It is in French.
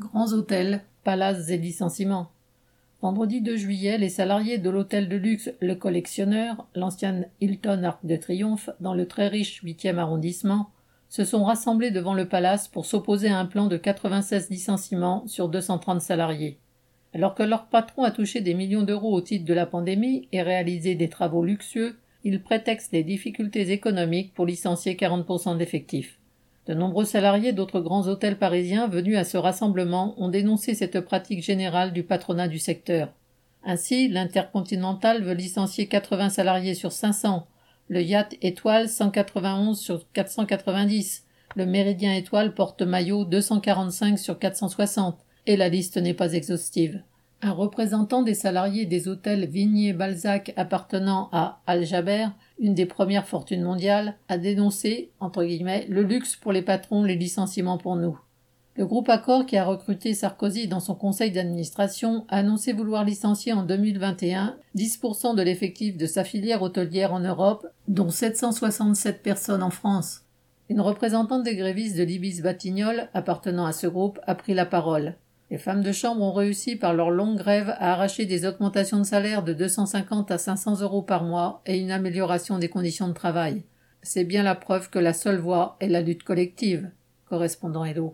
Grands hôtels, palaces et licenciements. Vendredi 2 juillet, les salariés de l'hôtel de luxe Le Collectionneur, l'ancien Hilton Arc de Triomphe, dans le très riche 8e arrondissement, se sont rassemblés devant le palace pour s'opposer à un plan de 96 licenciements sur 230 salariés. Alors que leur patron a touché des millions d'euros au titre de la pandémie et réalisé des travaux luxueux, ils prétextent les difficultés économiques pour licencier 40% d'effectifs. De nombreux salariés d'autres grands hôtels parisiens venus à ce rassemblement ont dénoncé cette pratique générale du patronat du secteur. Ainsi, l'Intercontinental veut licencier 80 salariés sur 500, le Yacht Étoile 191 sur 490, le Méridien Étoile Porte-Maillot 245 sur 460, et la liste n'est pas exhaustive. Un représentant des salariés des hôtels Vignier-Balzac appartenant à Al-Jaber, une des premières fortunes mondiales, a dénoncé, entre guillemets, le luxe pour les patrons, les licenciements pour nous. Le groupe Accor, qui a recruté Sarkozy dans son conseil d'administration, a annoncé vouloir licencier en 2021 10% de l'effectif de sa filière hôtelière en Europe, dont 767 personnes en France. Une représentante des grévistes de l'Ibis Batignolles, appartenant à ce groupe, a pris la parole. Les femmes de chambre ont réussi par leur longue grève à arracher des augmentations de salaire de 250 à 500 euros par mois et une amélioration des conditions de travail. C'est bien la preuve que la seule voie est la lutte collective. Correspondant Hello.